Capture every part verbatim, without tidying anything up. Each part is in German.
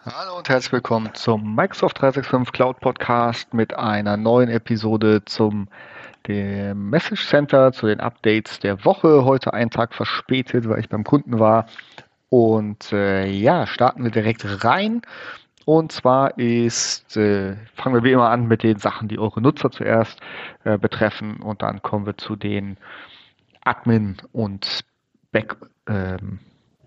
Hallo und herzlich willkommen zum Microsoft dreihundertfünfundsechzig Cloud Podcast mit einer neuen Episode zum dem Message Center, zu den Updates der Woche. Heute einen Tag verspätet, weil ich beim Kunden war. Und äh, ja, starten wir direkt rein. Und zwar ist, äh, fangen wir wie immer an mit den Sachen, die eure Nutzer zuerst äh, betreffen. Und dann kommen wir zu den Admin- und Back, ähm,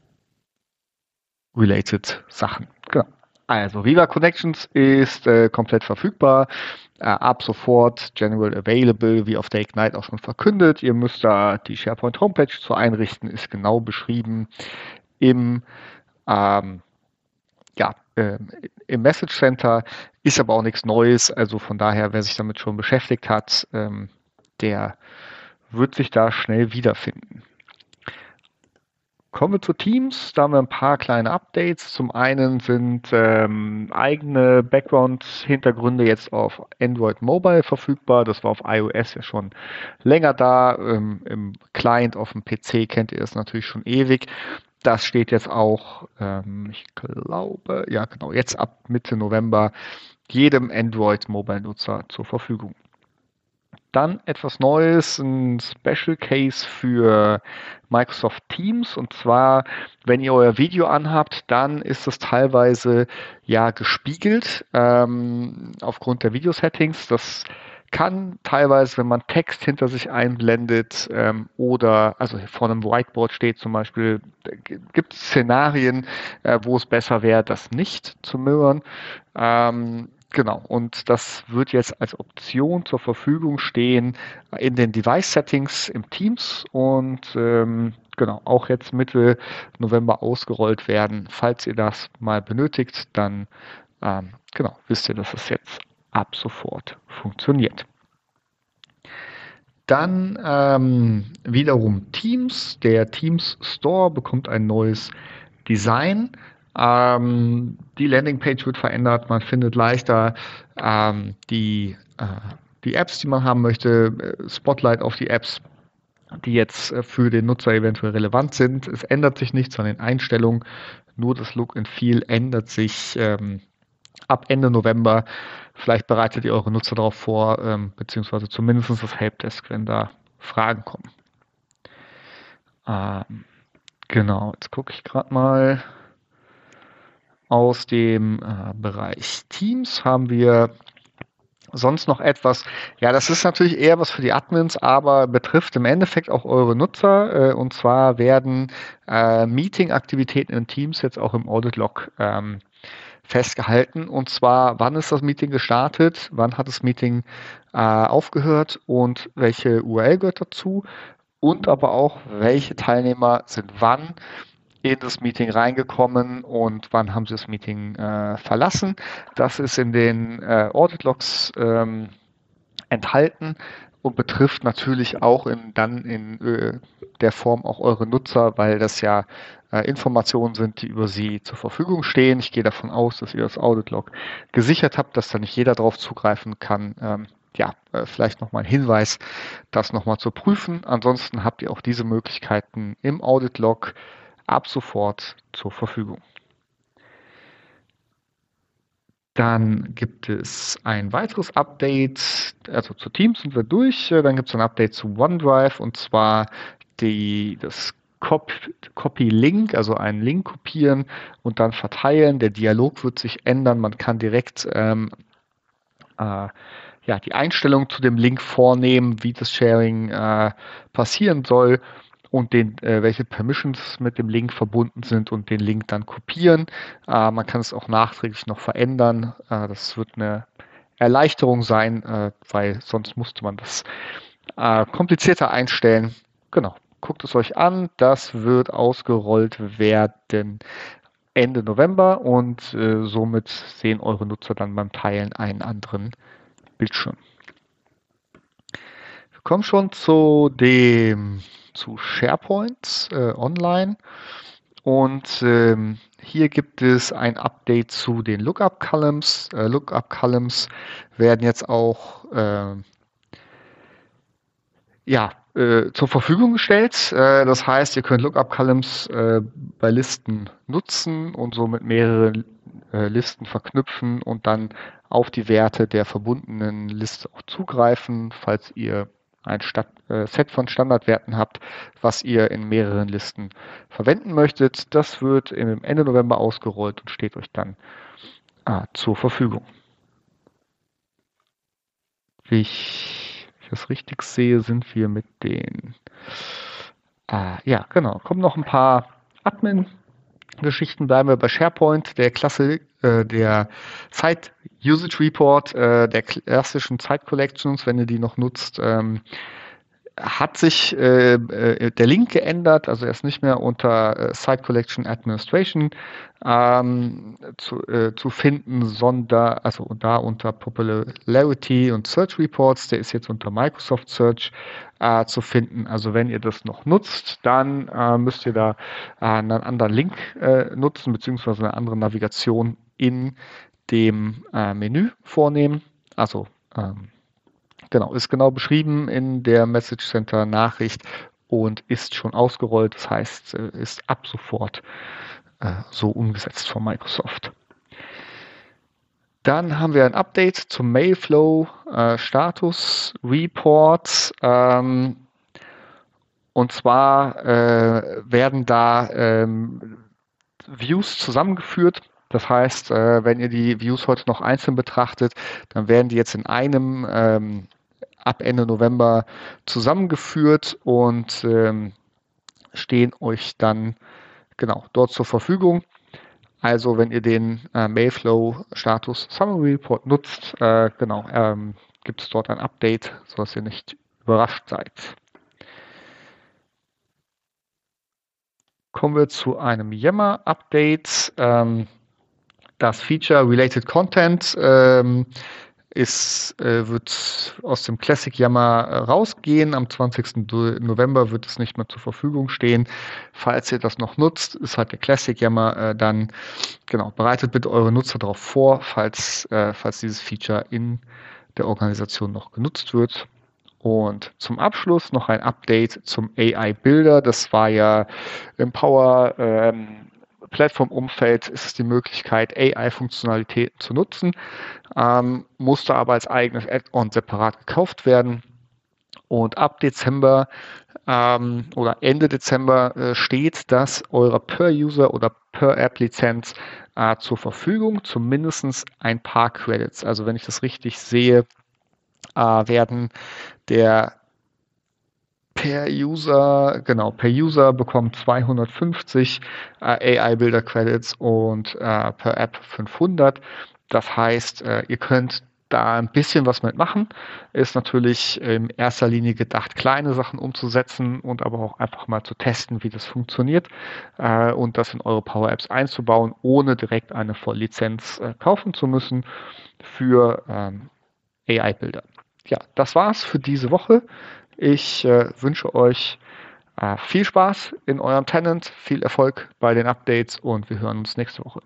related Sachen. Genau. Also Viva Connections ist äh, komplett verfügbar. Äh, ab sofort General Available, wie auf der Ignite auch schon verkündet. Ihr müsst da die SharePoint Homepage zu einrichten, ist genau beschrieben im, ähm, ja, ähm, im Message Center. Ist aber auch nichts Neues. Also von daher, wer sich damit schon beschäftigt hat, ähm, der wird sich da schnell wiederfinden. Kommen wir zu Teams. Da haben wir ein paar kleine Updates. Zum einen sind ähm, eigene Background-Hintergründe jetzt auf Android Mobile verfügbar. Das war auf iOS ja schon länger da. Ähm, Im Client auf dem P C kennt ihr es natürlich schon ewig. Das steht jetzt auch, ähm, ich glaube, ja genau, jetzt ab Mitte November jedem Android Mobile-Nutzer zur Verfügung. Dann etwas Neues, ein Special Case für Microsoft Teams. Und zwar, wenn ihr euer Video anhabt, dann ist es teilweise ja gespiegelt ähm, aufgrund der Video-Settings. Das kann teilweise, wenn man Text hinter sich einblendet ähm, oder also vor einem Whiteboard steht zum Beispiel, gibt es Szenarien, äh, wo es besser wäre, das nicht zu mirrorn. Ähm, Genau, und das wird jetzt als Option zur Verfügung stehen in den Device-Settings im Teams und ähm, genau, auch jetzt Mitte November ausgerollt werden. Falls ihr das mal benötigt, dann ähm, genau, wisst ihr, dass es jetzt ab sofort funktioniert. Dann ähm, wiederum Teams. Der Teams Store bekommt ein neues Design. Ähm, die Landingpage wird verändert. Man findet leichter ähm, die, äh, die Apps, die man haben möchte. äh, Spotlight auf die Apps, die jetzt äh, für den Nutzer eventuell relevant sind. Es ändert sich nichts an den Einstellungen. Nur das Look and Feel ändert sich ähm, ab Ende November. Vielleicht bereitet ihr eure Nutzer darauf vor, ähm, beziehungsweise zumindest das Helpdesk, wenn da Fragen kommen. Ähm, genau, jetzt gucke ich gerade mal. Aus dem äh, Bereich Teams haben wir sonst noch etwas. Ja, das ist natürlich eher was für die Admins, aber betrifft im Endeffekt auch eure Nutzer. Äh, und zwar werden äh, Meeting-Aktivitäten in Teams jetzt auch im Audit-Log ähm, festgehalten. Und zwar, wann ist das Meeting gestartet, wann hat das Meeting äh, aufgehört und welche U R L gehört dazu. Und aber auch, welche Teilnehmer sind wann in das Meeting reingekommen und wann haben sie das Meeting äh, verlassen. Das ist in den äh, Audit Logs ähm, enthalten und betrifft natürlich auch in, dann in äh, der Form auch eure Nutzer, weil das ja äh, Informationen sind, die über sie zur Verfügung stehen. Ich gehe davon aus, dass ihr das Audit Log gesichert habt, dass da nicht jeder drauf zugreifen kann. Ähm, ja, äh, vielleicht nochmal ein Hinweis, das nochmal zu prüfen. Ansonsten habt ihr auch diese Möglichkeiten im Audit Log ab sofort zur Verfügung. Dann gibt es ein weiteres Update, also zu Teams sind wir durch. Dann gibt es ein Update zu OneDrive und zwar die, das Cop Copy-Link, also einen Link kopieren und dann verteilen. Der Dialog wird sich ändern. Man kann direkt ähm, äh, ja, die Einstellung zu dem Link vornehmen, wie das Sharing äh, passieren soll und den, äh, welche Permissions mit dem Link verbunden sind und den Link dann kopieren. Äh, man kann es auch nachträglich noch verändern. Äh, das wird eine Erleichterung sein, äh, weil sonst musste man das äh, komplizierter einstellen. Genau. Guckt es euch an. Das wird ausgerollt werden Ende November und äh, somit sehen eure Nutzer dann beim Teilen einen anderen Bildschirm. Wir kommen schon zu dem zu SharePoint äh, Online und ähm, hier gibt es ein Update zu den Lookup Columns. Äh, Lookup Columns werden jetzt auch äh, ja äh, zur Verfügung gestellt. Äh, das heißt, ihr könnt Lookup-Columns äh, bei Listen nutzen und somit mehrere äh, Listen verknüpfen und dann auf die Werte der verbundenen Liste auch zugreifen, falls ihr ein Stat äh, Set von Standardwerten habt, was ihr in mehreren Listen verwenden möchtet. Das wird im Ende November ausgerollt und steht euch dann äh, zur Verfügung. Wie ich das richtig sehe, sind wir mit den Ah, ja, genau. Kommen noch ein paar Admin-Geschichten. Bleiben wir bei SharePoint. Der Klasse, äh, der Site Usage Report äh, der klassischen Site Collections, wenn ihr die noch nutzt, ähm, hat sich äh, äh, der Link geändert, also er ist nicht mehr unter äh, Site Collection Administration ähm, zu, äh, zu finden, sondern also da unter Popularity und Search Reports, der ist jetzt unter Microsoft Search äh, zu finden. Also wenn ihr das noch nutzt, dann äh, müsst ihr da äh, einen anderen Link äh, nutzen, beziehungsweise eine andere Navigation in dem äh, Menü vornehmen. Also ähm, Genau, ist genau beschrieben in der Message Center Nachricht und ist schon ausgerollt. Das heißt, äh, ist ab sofort äh, so umgesetzt von Microsoft. Dann haben wir ein Update zum Mailflow äh, Status Report. Ähm, und zwar äh, werden da ähm, Views zusammengeführt. Das heißt, äh, wenn ihr die Views heute noch einzeln betrachtet, dann werden die jetzt in einem ähm, ab Ende November zusammengeführt und ähm, stehen euch dann genau dort zur Verfügung. Also wenn ihr den äh, Mailflow Status Summary Report nutzt, äh, genau, ähm, gibt es dort ein Update, sodass ihr nicht überrascht seid. Kommen wir zu einem Yammer-Update. Ähm, das Feature Related Content ähm, ist, äh, wird aus dem Classic Yammer äh, rausgehen. Am zwanzigsten November wird es nicht mehr zur Verfügung stehen. Falls ihr das noch nutzt, ist halt der Classic Yammer äh, dann, genau, bereitet bitte eure Nutzer darauf vor, falls, äh, falls dieses Feature in der Organisation noch genutzt wird. Und zum Abschluss noch ein Update zum A I Builder. Das war ja im Power ähm, Plattform-Umfeld ist es die Möglichkeit, A I-Funktionalitäten zu nutzen, ähm, musste aber als eigenes Add-on separat gekauft werden. Und ab Dezember ähm, oder Ende Dezember äh, steht das eurer Per-User oder Per-App-Lizenz äh, zur Verfügung, zumindest ein paar Credits. Also wenn ich das richtig sehe, äh, werden der per User, genau, per User bekommt zweihundertfünfzig äh, A I-Builder Credits und äh, per App fünfhundert. Das heißt, äh, ihr könnt da ein bisschen was mitmachen. Ist natürlich in erster Linie gedacht, kleine Sachen umzusetzen und aber auch einfach mal zu testen, wie das funktioniert äh, und das in eure Power Apps einzubauen, ohne direkt eine Volllizenz äh, kaufen zu müssen für ähm, A I-Bilder. Ja, das war's für diese Woche. Ich äh, wünsche euch äh, viel Spaß in eurem Tenant, viel Erfolg bei den Updates und wir hören uns nächste Woche.